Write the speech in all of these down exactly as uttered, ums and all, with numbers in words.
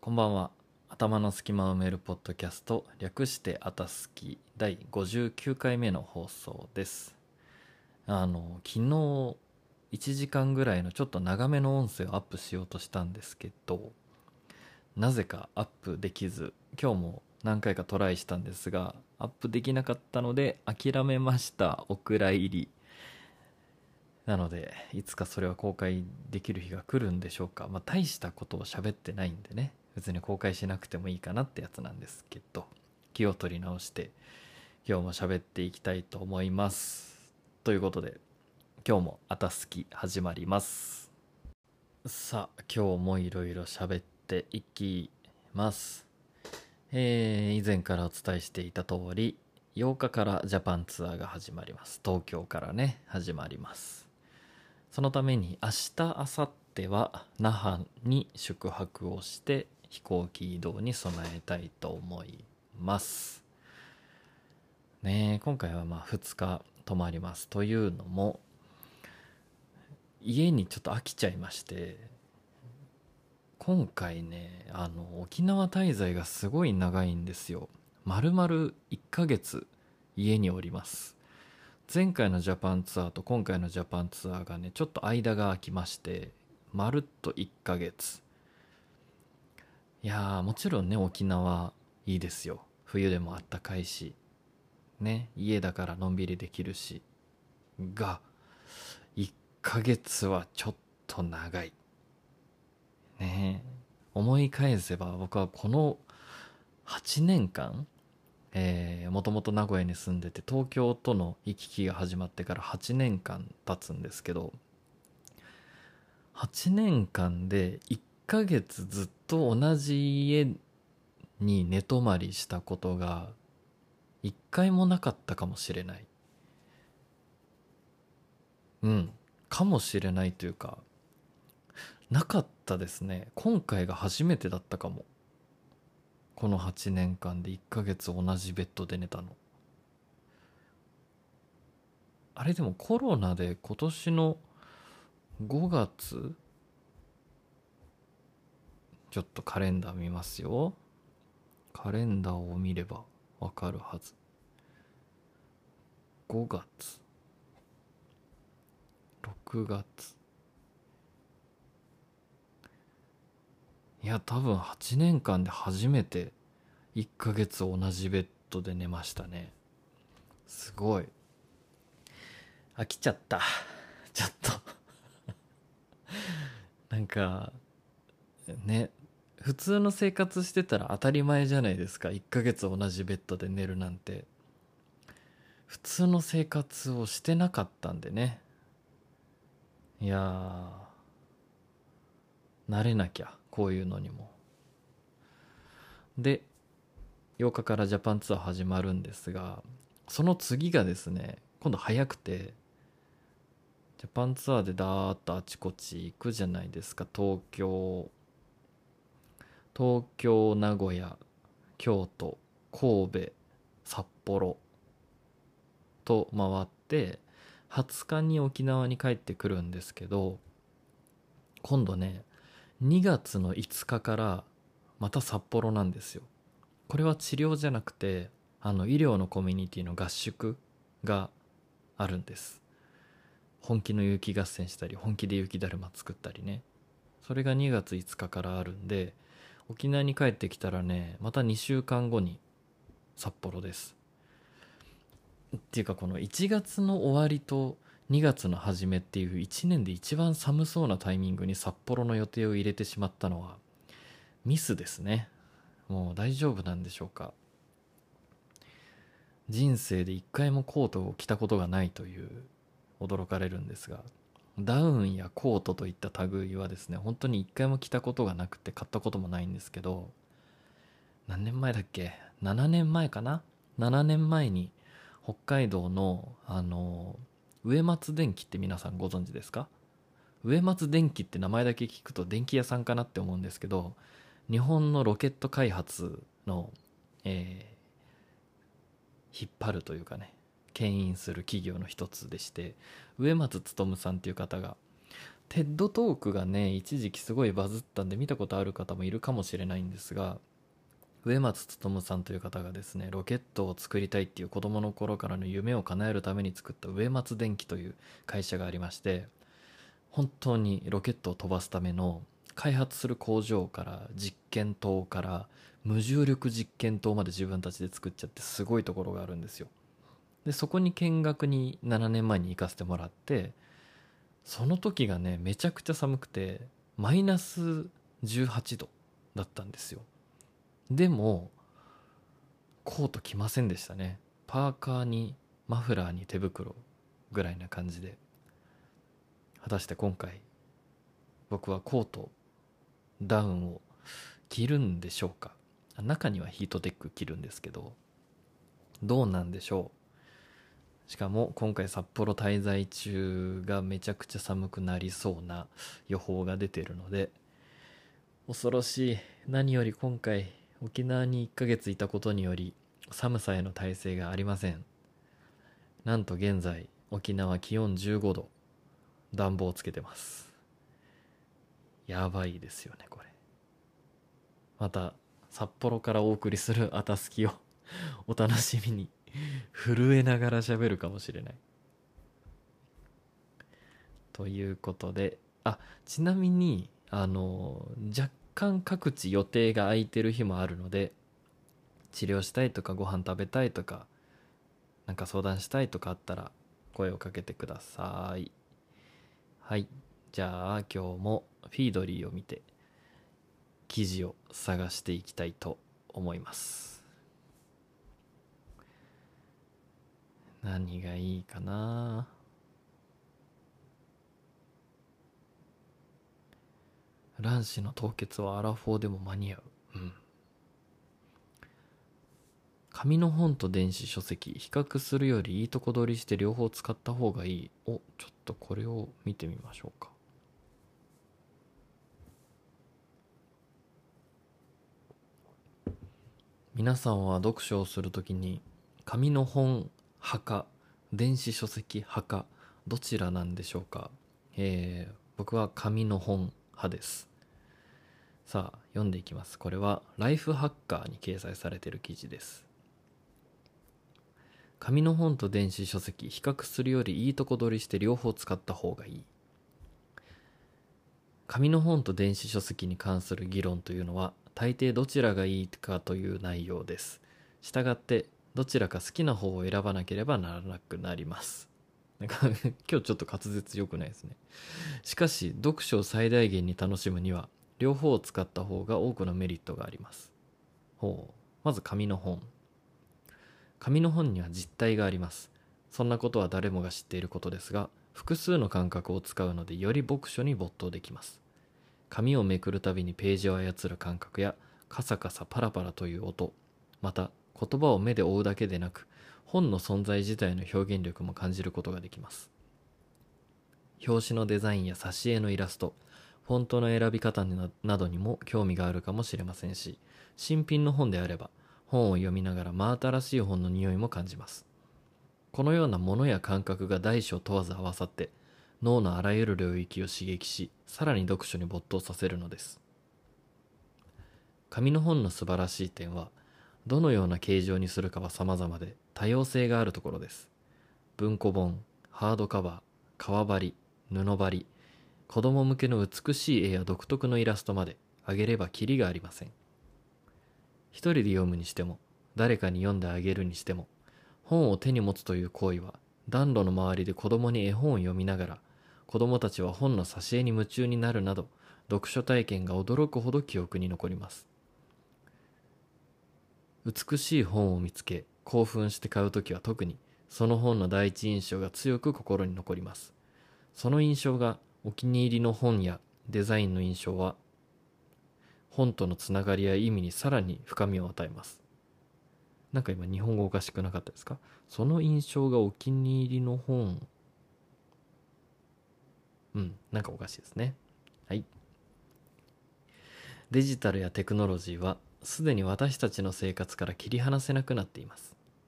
こんばんは。頭の隙間を埋めるポッドキャスト、略してあたすきだいごじゅうきゅうかいめの放送です。あの、昨日いちじかんぐらいのちょっと長めの音声をアップしようとしたんですけど、なぜかアップできず、今日も何回かトライしたんですが、アップできなかったので諦めました。お蔵入り。なので、いつかそれは公開できる日が来るんでしょうか。まあ、大したことを喋ってないんでね。別に公開しなくてもいいかなってやつなんですけど、気を取り直して今日も喋っていきたいと思います。ということで、今日もあたすき始まります。さあ、今日もいろいろ喋っていきます。えー、以前からお伝えしていた通り、ようかからジャパンツアーが始まります。東京からね、始まります。そのために明日、明後日は那覇に宿泊をして飛行機移動に備えたいと思います。ねえ、今回はまあふつか泊まります。というのも、家にちょっと飽きちゃいまして、今回ね、あの、沖縄滞在がすごい長いんですよ。まるまるいっかげつ家におります。前回のジャパンツアーと今回のジャパンツアーがね、ちょっと間が空きまして、まるっといっかげつ。いやー、もちろんね、沖縄いいですよ。冬でもあったかいし、ね、家だからのんびりできるし。が、いっかげつはちょっと長い。ねえ。思い返せば僕はこのはちねんかん、えー、もともと名古屋に住んでて東京との行き来が始まってからはちねんかん経つんですけど、はちねんかんでいっかげつずっと同じ家に寝泊まりしたことがいっかいもなかったかもしれない。うん。かもしれないというか、なかったですね。今回が初めてだったかも。このはちねんかんでいっかげつ同じベッドで寝たの。あれでもコロナで今年のごがつ、ちょっとカレンダー見ますよ。カレンダーを見ればわかるはず。ごがつ、ろくがつ。いや、多分はちねんかんで初めていっかげつ同じベッドで寝ましたね。すごい。飽きちゃった。ちょっとなんか、ね、普通の生活してたら当たり前じゃないですか。いっかげつ同じベッドで寝るなんて。普通の生活をしてなかったんでね。いやー、慣れなきゃ、こういうのにも。で、ようかからジャパンツアー始まるんですが、その次がですね、今度早くて、ジャパンツアーでダーッとあちこち行くじゃないですか。東京、東京、名古屋、京都、神戸、札幌と回って、はつかに沖縄に帰ってくるんですけど、今度ね、にがつのいつかからまた札幌なんですよ。これは治療じゃなくて、あの医療のコミュニティの合宿があるんです。本気の雪合戦したり、本気で雪だるま作ったりね。それがにがついつかかからあるんで、沖縄に帰ってきたらね、またにしゅうかんごに札幌です。っていうか、このいちがつの終わりとにがつの初めっていういちねんで一番寒そうなタイミングに札幌の予定を入れてしまったのはミスですね。もう大丈夫なんでしょうか。人生で一回もコートを着たことがないという驚かれるんですが、ダウンやコートといった類はですね、本当に一回も着たことがなくて買ったこともないんですけど、何年前だっけ？ なな 年前かな？ なな 年前に北海道のあの植松電機って皆さんご存知ですか？植松電機って名前だけ聞くと電気屋さんかなって思うんですけど、日本のロケット開発の、えー引っ張るというかね、牽引する企業の一つでして、植松勉さんっていう方がテッドトークがね一時期すごいバズったんで見たことある方もいるかもしれないんですが、植松勉さんという方がですね、ロケットを作りたいっていう子供の頃からの夢を叶えるために作った植松電機という会社がありまして、本当にロケットを飛ばすための開発する工場から実験棟から無重力実験棟まで自分たちで作っちゃって、すごいところがあるんですよ。でそこに見学にななねんまえに行かせてもらって、その時がねめちゃくちゃ寒くてマイナスじゅうはちどだったんですよ。でもコート着ませんでしたね。パーカーにマフラーに手袋ぐらいな感じで。果たして今回僕はコートダウンを着るんでしょうか。中にはヒートテック着るんですけど、どうなんでしょう。しかも今回札幌滞在中がめちゃくちゃ寒くなりそうな予報が出てるので、恐ろしい。何より今回沖縄にいっかげついたことにより寒さへの耐性がありません。なんと現在沖縄気温じゅうごど、暖房つけてます。やばいですよねこれ。また札幌からお送りするあたすきをお楽しみに。震えながら喋るかもしれない。ということで、あ、ちなみにあの若干各地予定が空いてる日もあるので、治療したいとかご飯食べたいとかなんか相談したいとかあったら声をかけてください。はい、じゃあ今日もフィードリーを見て記事を探していきたいと思います。何がいいかな。卵子の凍結はアラフォーでも間に合う。うん。紙の本と電子書籍比較するよりいいとこ取りして両方使った方がいい。お、ちょっとこれを見てみましょうか。皆さんは読書をするときに紙の本派か電子書籍派かどちらなんでしょうか。えー、僕は紙の本派です。さあ読んでいきます。これはライフハッカーに掲載されている記事です。紙の本と電子書籍比較するよりいいとこ取りして両方使った方がいい。紙の本と電子書籍に関する議論というのは大抵どちらがいいかという内容です。したがってどちらか好きな方を選ばなければならなくなります。なんか今日ちょっと滑舌良くないですね。しかし読書を最大限に楽しむには両方を使った方が多くのメリットがあります。ほう。まず紙の本。紙の本には実体があります。そんなことは誰もが知っていることですが、複数の感覚を使うのでより読書に没頭できます。紙をめくるたびにページを操る感覚やカサカサパラパラという音、また言葉を目で追うだけでなく本の存在自体の表現力も感じることができます。表紙のデザインや挿絵のイラスト、フォントの選び方などにも興味があるかもしれませんし、新品の本であれば本を読みながら真新しい本の匂いも感じます。このようなものや感覚が大小問わず合わさって脳のあらゆる領域を刺激し、さらに読書に没頭させるのです。紙の本の素晴らしい点は、どのような形状にするかは様々で多様性があるところです。文庫本、ハードカバー、革張り、布張り、子供向けの美しい絵や独特のイラストまであげればキリがありません。一人で読むにしても、誰かに読んであげるにしても、本を手に持つという行為は暖炉の周りで子供に絵本を読みながら、子供たちは本の挿絵に夢中になるなど、読書体験が驚くほど記憶に残ります。美しい本を見つけ興奮して買うときは特にその本の第一印象が強く心に残ります。その印象がお気に入りの本やデザインの印象は本とのつながりや意味にさらに深みを与えます。なんか今日本語おかしくなかったですか？その印象がお気に入りの本、うんなんかおかしいですね。はい。デジタルやテクノロジーはすでに私たちの生活から切り離せなくなっています。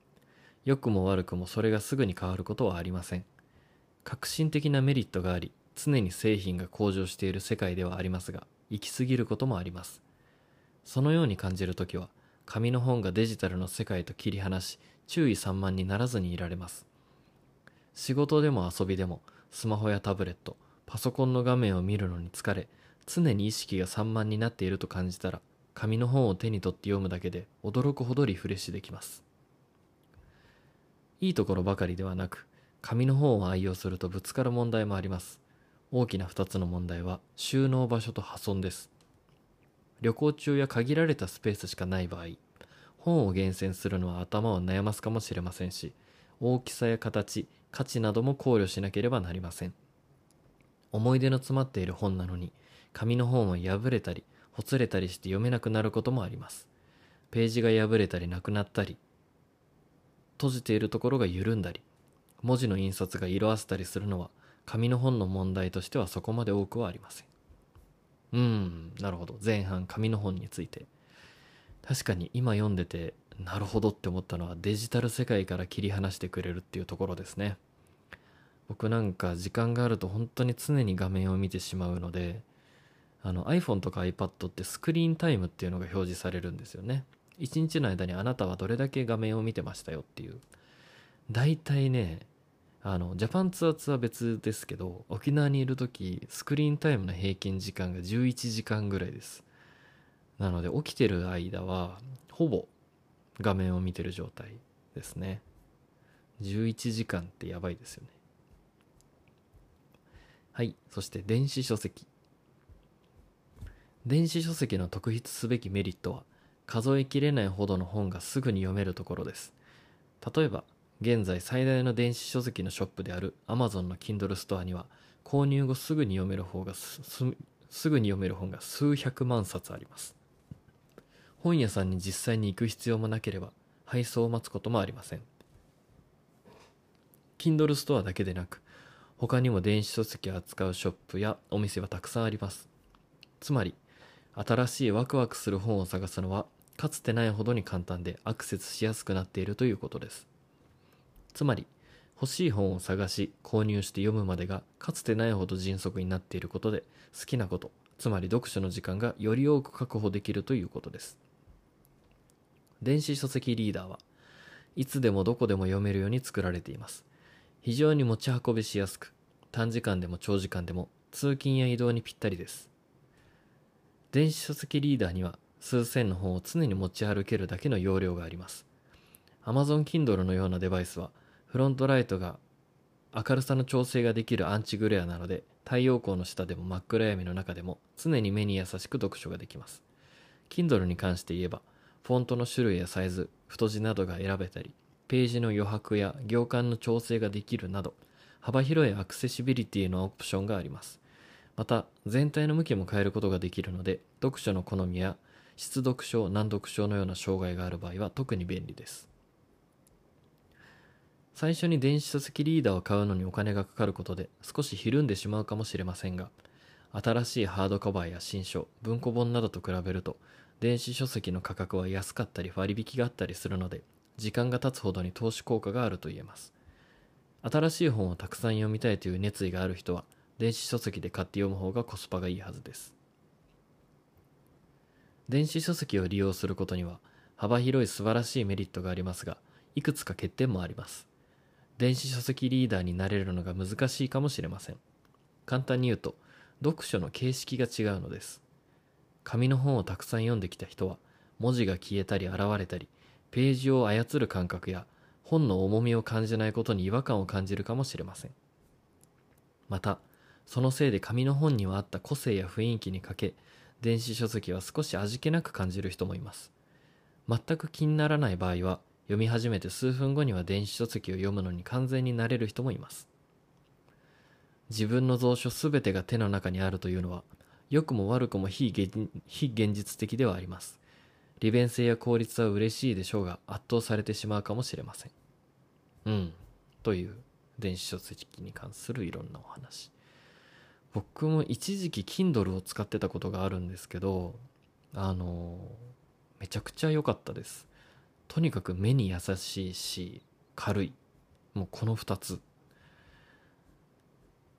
良くも悪くもそれがすぐに変わることはありません。革新的なメリットがあり、 常に製品が向上している世界ではありますが、行き過ぎることもあります。そのように感じるときは、紙の本がデジタルの世界と切り離し、注意散漫にならずにいられます。仕事でも遊びでも、スマホやタブレット、パソコンの画面を見るのに疲れ、常に意識が散漫になっていると感じたら、紙の本を手に取って読むだけで驚くほどリフレッシュできます。いいところばかりではなく、紙の本を愛用するとぶつかる問題もあります。大きなふたつの問題は収納場所と破損です。旅行中や限られたスペースしかない場合、本を厳選するのは頭を悩ますかもしれませんし、大きさや形、価値なども考慮しなければなりません。思い出の詰まっている本なのに、紙の本は破れたり、ほつれたりして読めなくなることもあります。ページが破れたりなくなったり、閉じているところが緩んだり、文字の印刷が色あせたりするのは、紙の本の問題としてはそこまで多くはありません。うーん、なるほど。前半、紙の本について。確かに今読んでて、なるほどって思ったのはデジタル世界から切り離してくれるっていうところですね。僕なんか時間があると本当に常に画面を見てしまうので、あの iPhone とか iPad ってスクリーンタイムっていうのが表示されるんですよね。一日の間にあなたはどれだけ画面を見てましたよっていう。だいたいね、あのジャパンツアーツは別ですけど、沖縄にいるときスクリーンタイムの平均時間がじゅういちじかんぐらいです。なので起きてる間はほぼ画面を見てる状態ですね。じゅういちじかんってやばいですよね。はい。そして電子書籍。電子書籍の特筆すべきメリットは、数えきれないほどの本がすぐに読めるところです。例えば、現在最大の電子書籍のショップである Amazon の Kindle ストアには、購入後すぐに読める方がすすぐに読める本が数百万冊あります。本屋さんに実際に行く必要もなければ、配送を待つこともありません。Kindle ストアだけでなく、他にも電子書籍を扱うショップやお店はたくさんあります。つまり、新しいワクワクする本を探すのは、かつてないほどに簡単でアクセスしやすくなっているということです。つまり、欲しい本を探し、購入して読むまでがかつてないほど迅速になっていることで、好きなこと、つまり読書の時間がより多く確保できるということです。電子書籍リーダーはいつでもどこでも読めるように作られています。非常に持ち運びしやすく、短時間でも長時間でも通勤や移動にぴったりです。電子書籍リーダーには数千の本を常に持ち歩けるだけの容量があります。Amazon Kindle のようなデバイスはフロントライトが明るさの調整ができるアンチグレアなので、太陽光の下でも真っ暗闇の中でも常に目に優しく読書ができます。Kindle に関して言えば、フォントの種類やサイズ、太字などが選べたり、ページの余白や行間の調整ができるなど、幅広いアクセシビリティのオプションがあります。また、全体の向きも変えることができるので、読書の好みや失読症、難読症のような障害がある場合は特に便利です。最初に電子書籍リーダーを買うのにお金がかかることで少しひるんでしまうかもしれませんが、新しいハードカバーや新書、文庫本などと比べると、電子書籍の価格は安かったり割引があったりするので、時間が経つほどに投資効果があると言えます。新しい本をたくさん読みたいという熱意がある人は、電子書籍で買って読む方がコスパがいいはずです。電子書籍を利用することには、幅広い素晴らしいメリットがありますが、いくつか欠点もあります。電子書籍リーダーになれるのが難しいかもしれません。簡単に言うと、読書の形式が違うのです。紙の本をたくさん読んできた人は、文字が消えたり現れたり、ページを操る感覚や本の重みを感じないことに違和感を感じるかもしれません。また、そのせいで紙の本にはあった個性や雰囲気に欠け、電子書籍は少し味気なく感じる人もいます。全く気にならない場合は、読み始めて数分後には電子書籍を読むのに完全に慣れる人もいます。自分の蔵書すべてが手の中にあるというのは、良くも悪くも非現非現実的ではあります。利便性や効率は嬉しいでしょうが、圧倒されてしまうかもしれません。うん。という電子書籍に関するいろんなお話。僕も一時期 Kindle を使ってたことがあるんですけど、あのめちゃくちゃ良かったです。とにかく目に優しいし軽い、もうこのふたつ。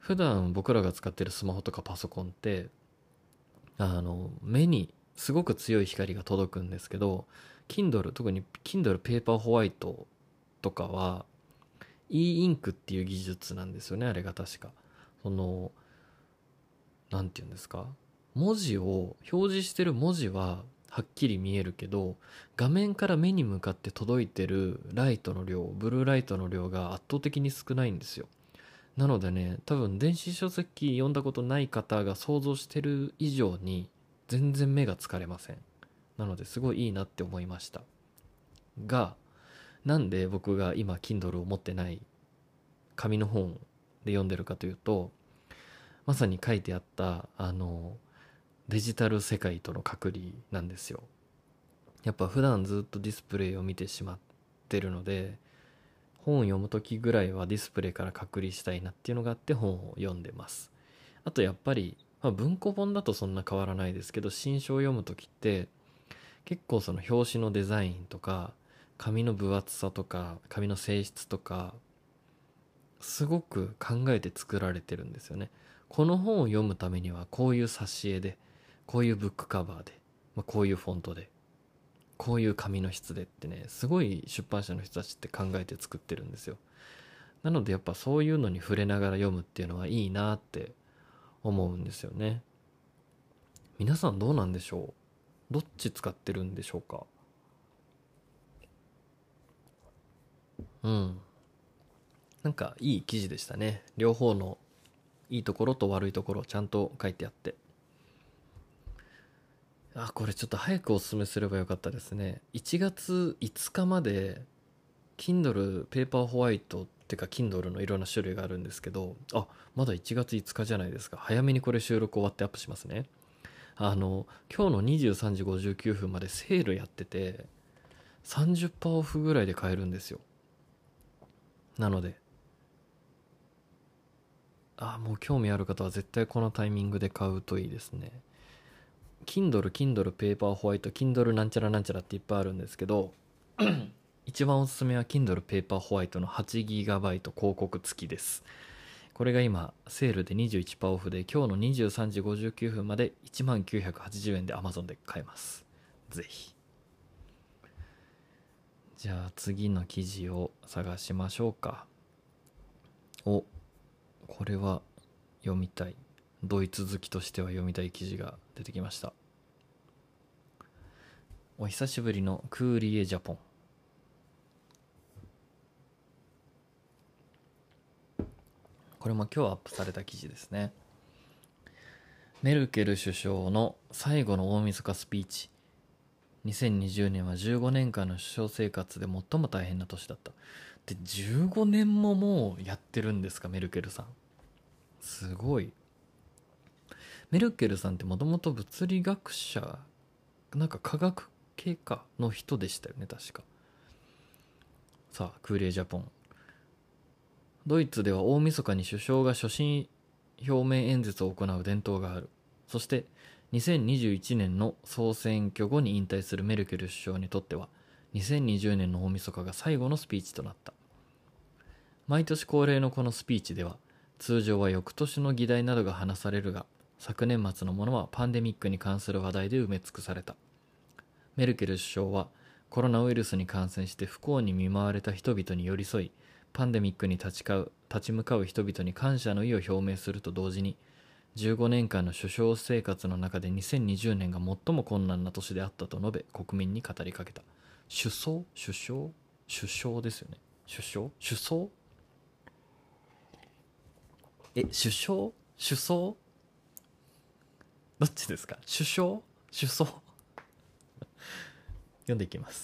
普段僕らが使ってるスマホとかパソコンってあの目にすごく強い光が届くんですけど、 Kindle、 特に Kindle ペーパーホワイトとかは e インクっていう技術なんですよね、あれが確か。そのなんていうんですか、文字を表示してる文字ははっきり見えるけど、画面から目に向かって届いてるライトの量、ブルーライトの量が圧倒的に少ないんですよ。なのでね、多分電子書籍読んだことない方が想像してる以上に全然目が疲れません。なのですごいいいなって思いました。が、なんで僕が今 Kindle を持ってない紙の本で読んでるかというと、まさに書いてあったあのデジタル世界との隔離なんですよ。やっぱ普段ずっとディスプレイを見てしまってるので、本を読む時ぐらいはディスプレイから隔離したいなっていうのがあって本を読んでます。あとやっぱり、まあ、文庫本だとそんな変わらないですけど、新書を読む時って結構その表紙のデザインとか紙の分厚さとか紙の性質とかすごく考えて作られてるんですよね。この本を読むためにはこういう挿絵で、こういうブックカバーで、まあ、こういうフォントで、こういう紙の質でってね、すごい出版社の人たちって考えて作ってるんですよ。なのでやっぱそういうのに触れながら読むっていうのはいいなって思うんですよね。皆さんどうなんでしょう？どっち使ってるんでしょうか？うん。なんかいい記事でしたね。両方のいいところと悪いところをちゃんと書いてあって。あ、これちょっと早くおすすめすればよかったですね。いちがついつかまで Kindle ペーパーホワイトってか Kindle のいろんな種類があるんですけど、あ、まだいちがついつかじゃないですか。早めにこれ収録終わってアップしますね。あの、今日のにじゅうさんじごじゅうきゅうふんまでセールやってて、さんじゅっパーセントオフぐらいで買えるんですよ。なので、あ、もう興味ある方は絶対このタイミングで買うといいですね。Kindle、Kindle ペーパーホワイト、Kindle なんちゃらなんちゃらっていっぱいあるんですけど、一番おすすめは Kindle ペーパーホワイトの はちギガバイト 広告付きです。これが今セールで にじゅういちパーセントオフで、今日のにじゅうさんじごじゅうきゅうふんまでいちまんきゅうひゃくはちじゅうえんで Amazon で買えます。ぜひ。じゃあ次の記事を探しましょうか。お、これは読みたい。ドイツ好きとしては読みたい記事が出てきました。お久しぶりのクーリエジャポン。これも今日アップされた記事ですね。メルケル首相の最後の大晦日スピーチ。にせんにじゅうねんはじゅうごねんかんの首相生活で最も大変な年だった。で、じゅうごねんももうやってるんですか、メルケルさん。すごい。メルケルさんってもともと物理学者、なんか科学系かの人でしたよね、確か。さあ、クーリエジャポン。ドイツでは大晦日に首相が所信表明演説を行う伝統がある。そしてにせんにじゅういちねんの総選挙後に引退するメルケル首相にとってはにせんにじゅうねんの大晦日が最後のスピーチとなった。毎年恒例のこのスピーチでは通常は翌年の議題などが話されるが、昨年末のものはパンデミックに関する話題で埋め尽くされた。メルケル首相はコロナウイルスに感染して不幸に見舞われた人々に寄り添い、パンデミックに立ち向かう立ち向かう人々に感謝の意を表明すると同時に、じゅうごねんかんの首相生活の中でにせんにじゅうねんが最も困難な年であったと述べ、国民に語りかけた。首相首相首相ですよね。首相首相え、首相首相どっちですか？首相首相読んでいきます。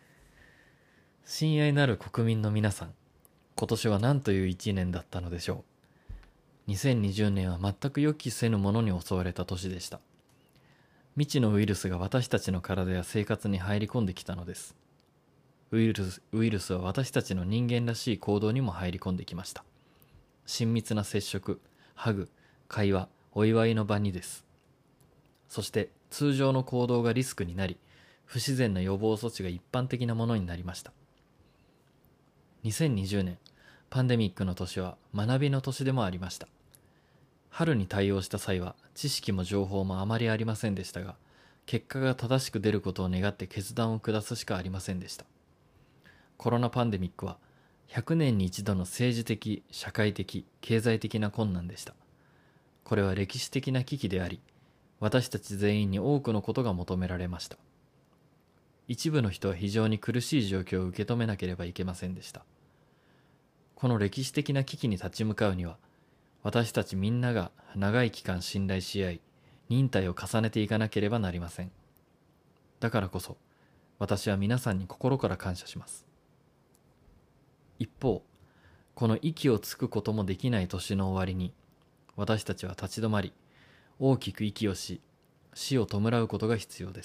親愛なる国民の皆さん、今年は何という一年だったのでしょう。にせんにじゅうねんは全く予期せぬものに襲われた年でした。未知のウイルスが私たちの体や生活に入り込んできたのです。ウイルス、ウイルスは私たちの人間らしい行動にも入り込んできました。親密な接触、ハグ、会話、お祝いの場にです。そして通常の行動がリスクになり、不自然な予防措置が一般的なものになりました。にせんにじゅうねん、パンデミックの年は学びの年でもありました。 春に対応した際は知識も情報もあまりありませんでしたが、結果が正しく出ることを願って決断を下すしかありませんでした。コロナパンデミックはひゃくねんに一度の政治的、社会的、経済的な困難でした。これは歴史的な危機であり、私たち全員に多くのことが求められました。一部の人は非常に苦しい状況を受け止めなければいけませんでした。この歴史的な危機に立ち向かうには、私たちみんなが長い期間信頼し合い、忍耐を重ねていかなければなりません。だからこそ、私は皆さんに心から感謝します。一方、この息をつくこともできない年の終わりに、私たちは立ち止まり、大きく息をし、死を弔うことが必要です。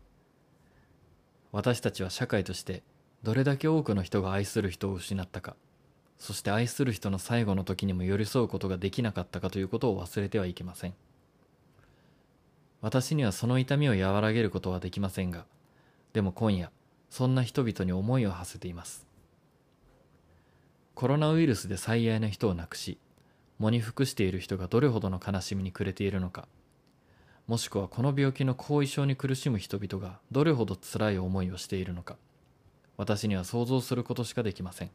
私たちは社会としてどれだけ多くの人が愛する人を失ったか、そして愛する人の最後の時にも寄り添うことができなかったかということを忘れてはいけません。私にはその痛みを和らげることはできませんが、でも今夜、そんな人々に思いを馳せています。コロナウイルスで最愛の人を亡くし、喪に服している人がどれほどの悲しみに暮れているのか、もしくはこの病気の後遺症に苦しむ人々がどれほど辛い思いをしているのか、私には想像することしかできません。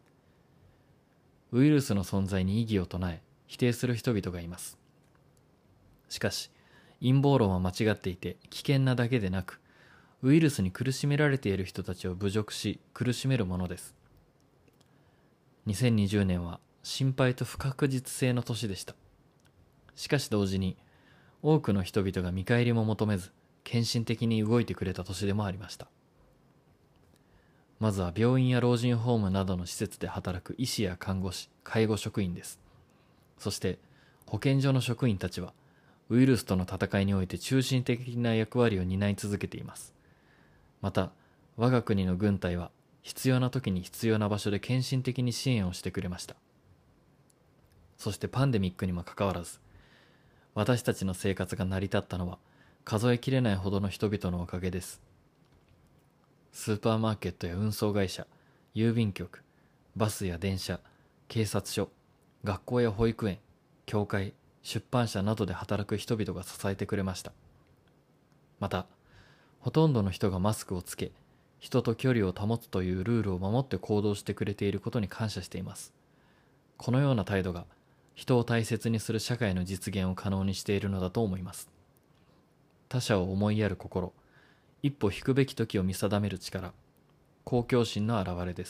ウイルスの存在に異議を唱え、否定する人々がいます。しかし、陰謀論は間違っていて危険なだけでなく、ウイルスに苦しめられている人たちを侮辱し、苦しめるものです。にせんにじゅうねんは心配と不確実性の年でした。しかし同時に、多くの人々が見返りも求めず、献身的に動いてくれた年でもありました。まずは病院や老人ホームなどの施設で働く医師や看護師、介護職員です。そして保健所の職員たちはウイルスとの戦いにおいて中心的な役割を担い続けています。また我が国の軍隊は必要な時に必要な場所で献身的に支援をしてくれました。そしてパンデミックにもかかわらず、私たちの生活が成り立ったのは数えきれないほどの人々のおかげです。スーパーマーケットや運送会社、郵便局、バスや電車、警察署、学校や保育園、教会、出版社などで働く人々が支えてくれました。また、ほとんどの人がマスクをつけ、人と距離を保つというルールを守って行動してくれていることに感謝しています。このような態度が、人を大切にする社会の実現を可能にしているのだと思います。他者を思いやる心、一歩引くべき時を見定める力、公共心の表れです。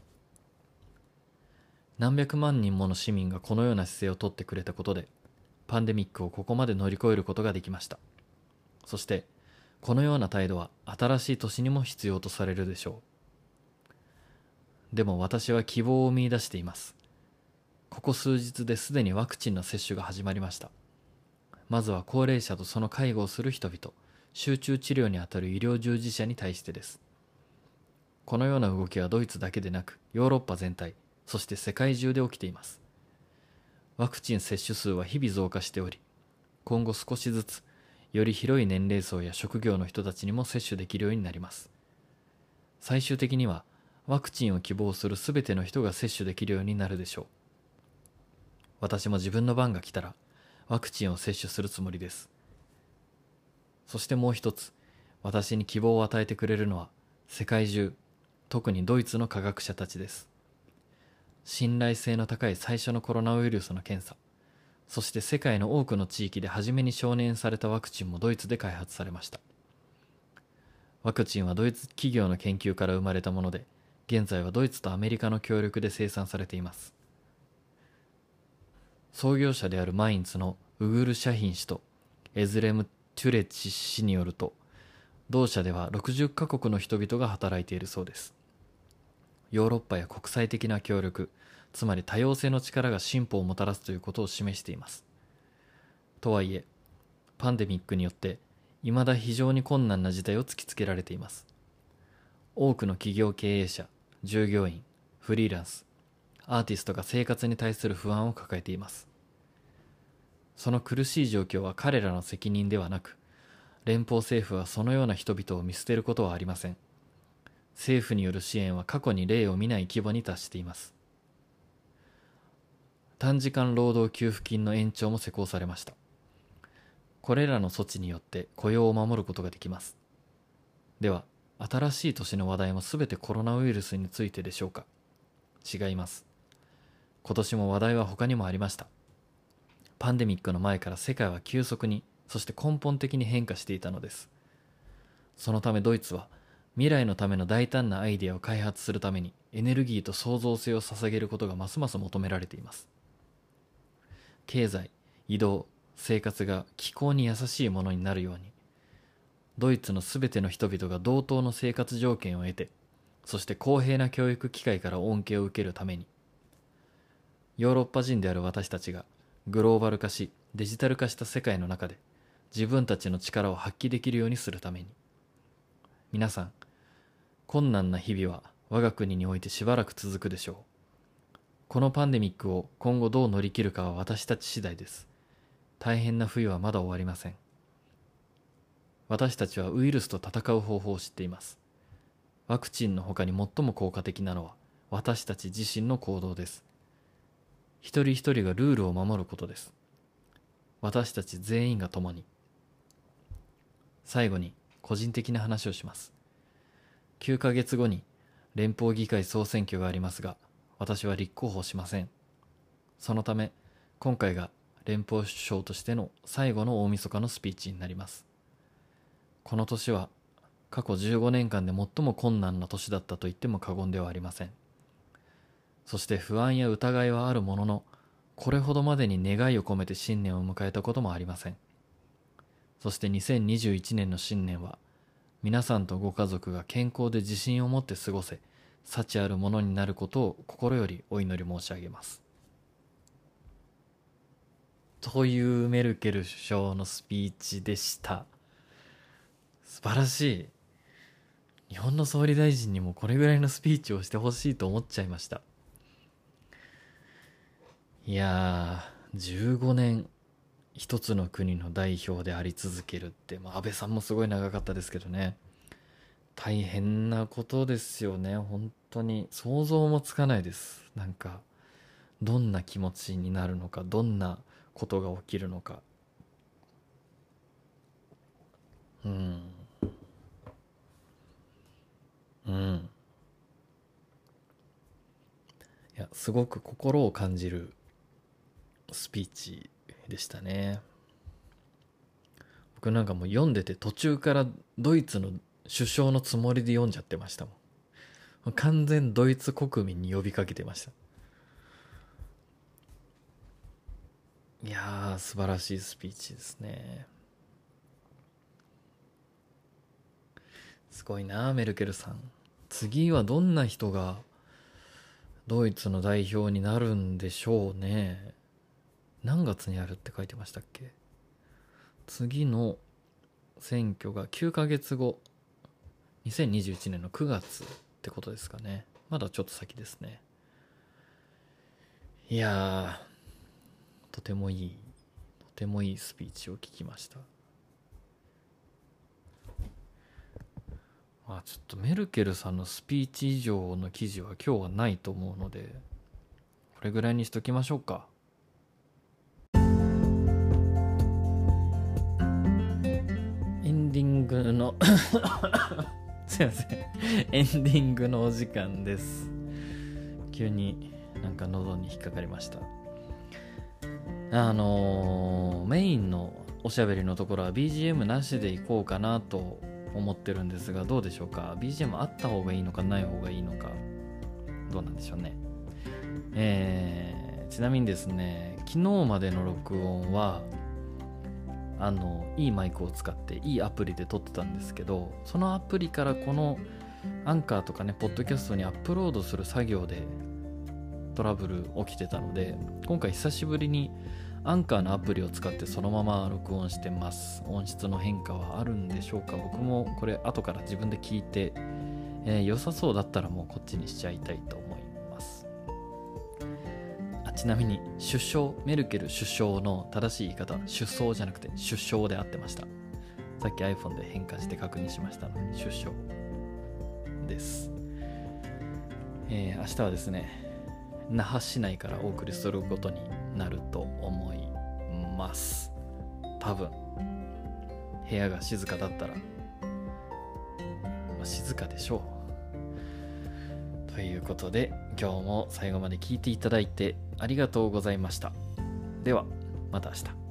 何百万人もの市民がこのような姿勢をとってくれたことで、パンデミックをここまで乗り越えることができました。そして、このような態度は新しい年にも必要とされるでしょう。でも私は希望を見出しています。ここ数日ですでにワクチンの接種が始まりました。まずは高齢者とその介護をする人々、集中治療にあたる医療従事者に対してです。このような動きはドイツだけでなく、ヨーロッパ全体、そして世界中で起きています。ワクチン接種数は日々増加しており、今後少しずつ、より広い年齢層や職業の人たちにも接種できるようになります。最終的には、ワクチンを希望するすべての人が接種できるようになるでしょう。私も自分の番が来たら、ワクチンを接種するつもりです。そしてもう一つ、私に希望を与えてくれるのは、世界中、特にドイツの科学者たちです。信頼性の高い最初のコロナウイルスの検査、そして世界の多くの地域で初めに承認されたワクチンもドイツで開発されました。ワクチンはドイツ企業の研究から生まれたもので、現在はドイツとアメリカの協力で生産されています。創業者であるマインツのウグル・シャヒン氏とエズレム・トゥレッチ氏によると、同社ではろくじゅっカ国の人々が働いているそうです。ヨーロッパや国際的な協力、つまり多様性の力が進歩をもたらすということを示しています。とはいえ、パンデミックによって未だ非常に困難な事態を突きつけられています。多くの企業経営者、従業員、フリーランス、アーティストが生活に対する不安を抱えています。その苦しい状況は彼らの責任ではなく、連邦政府はそのような人々を見捨てることはありません。政府による支援は過去に例を見ない規模に達しています。 短時間労働給付金の延長も施行されました。これらの措置によって雇用を守ることができます。では、新しい年の話題もすべてコロナウイルスについてでしょうか？違います。今年も話題は他にもありました。パンデミックの前から世界は急速に、そして根本的に変化していたのです。そのためドイツは、未来のための大胆なアイデアを開発するためにエネルギーと創造性を捧げることがますます求められています。経済、移動、生活が気候に優しいものになるように、ドイツのすべての人々が同等の生活条件を得て、そして公平な教育機会から恩恵を受けるために、ヨーロッパ人である私たちがグローバル化しデジタル化した世界の中で自分たちの力を発揮できるようにするために、皆さん、困難な日々は我が国においてしばらく続くでしょう。このパンデミックを今後どう乗り切るかは私たち次第です。大変な冬はまだ終わりません。私たちはウイルスと戦う方法を知っています。ワクチンの他に最も効果的なのは私たち自身の行動です。一人一人がルールを守ることです。私たち全員が共に。最後に個人的な話をします。きゅうかげつごに連邦議会総選挙がありますが、私は立候補しません。そのため、今回が連邦首相としての最後の大晦日のスピーチになります。この年は過去じゅうごねんかんで最も困難な年だったと言っても過言ではありません。そして不安や疑いはあるものの、これほどまでに願いを込めて新年を迎えたこともありません。そしてにせんにじゅういちねんの新年は、皆さんとご家族が健康で自信を持って過ごせ、幸あるものになることを心よりお祈り申し上げます。というメルケル首相のスピーチでした。素晴らしい。日本の総理大臣にもこれぐらいのスピーチをしてほしいと思っちゃいました。いやー、じゅうごねん一つの国の代表であり続けるって、まあ、安倍さんもすごい長かったですけどね、大変なことですよね。本当に想像もつかないです。なんかどんな気持ちになるのか、どんなことが起きるのか。うんうんいや、すごく心を感じるスピーチでしたね。僕なんかもう読んでて途中からドイツの首相のつもりで読んじゃってましたもん。完全ドイツ国民に呼びかけてました。いやー、素晴らしいスピーチですね。すごいな、メルケルさん。次はどんな人がドイツの代表になるんでしょうね。何月にあるって書いてましたっけ？次の選挙がきゅうかげつご、にせんにじゅういちねんのくがつってことですかね。まだちょっと先ですね。いやー、とてもいい、とてもいいスピーチを聞きました。まあちょっとメルケルさんのスピーチ以上の記事は今日はないと思うので、これぐらいにしときましょうか。エンディングのすいません、エンディングのお時間です。急になんか喉に引っかかりました。あのー、メインのおしゃべりのところは ビージーエム なしでいこうかなと思ってるんですが、どうでしょうか。 ビージーエム あった方がいいのかない方がいいのか、どうなんでしょうね。えー、ちなみにですね、昨日までの録音はあのいいマイクを使っていいアプリで撮ってたんですけど、そのアプリからこのアンカーとかね、ポッドキャストにアップロードする作業でトラブル起きてたので、今回久しぶりにアンカーのアプリを使ってそのまま録音してます。音質の変化はあるんでしょうか。僕もこれ後から自分で聞いて、えー、良さそうだったらもうこっちにしちゃいたいと思います。あ、ちなみに首相、メルケル首相の正しい言い方は首相じゃなくて首相で合ってました。さっき iPhone で変化して確認しましたので首相です。えー、明日はですね、 那覇市内からお送りすることになると思います。多分部屋が静かだったら、まあ、静かでしょう。ということで今日も最後まで聞いていただいてありがとうございました。ではまた明日。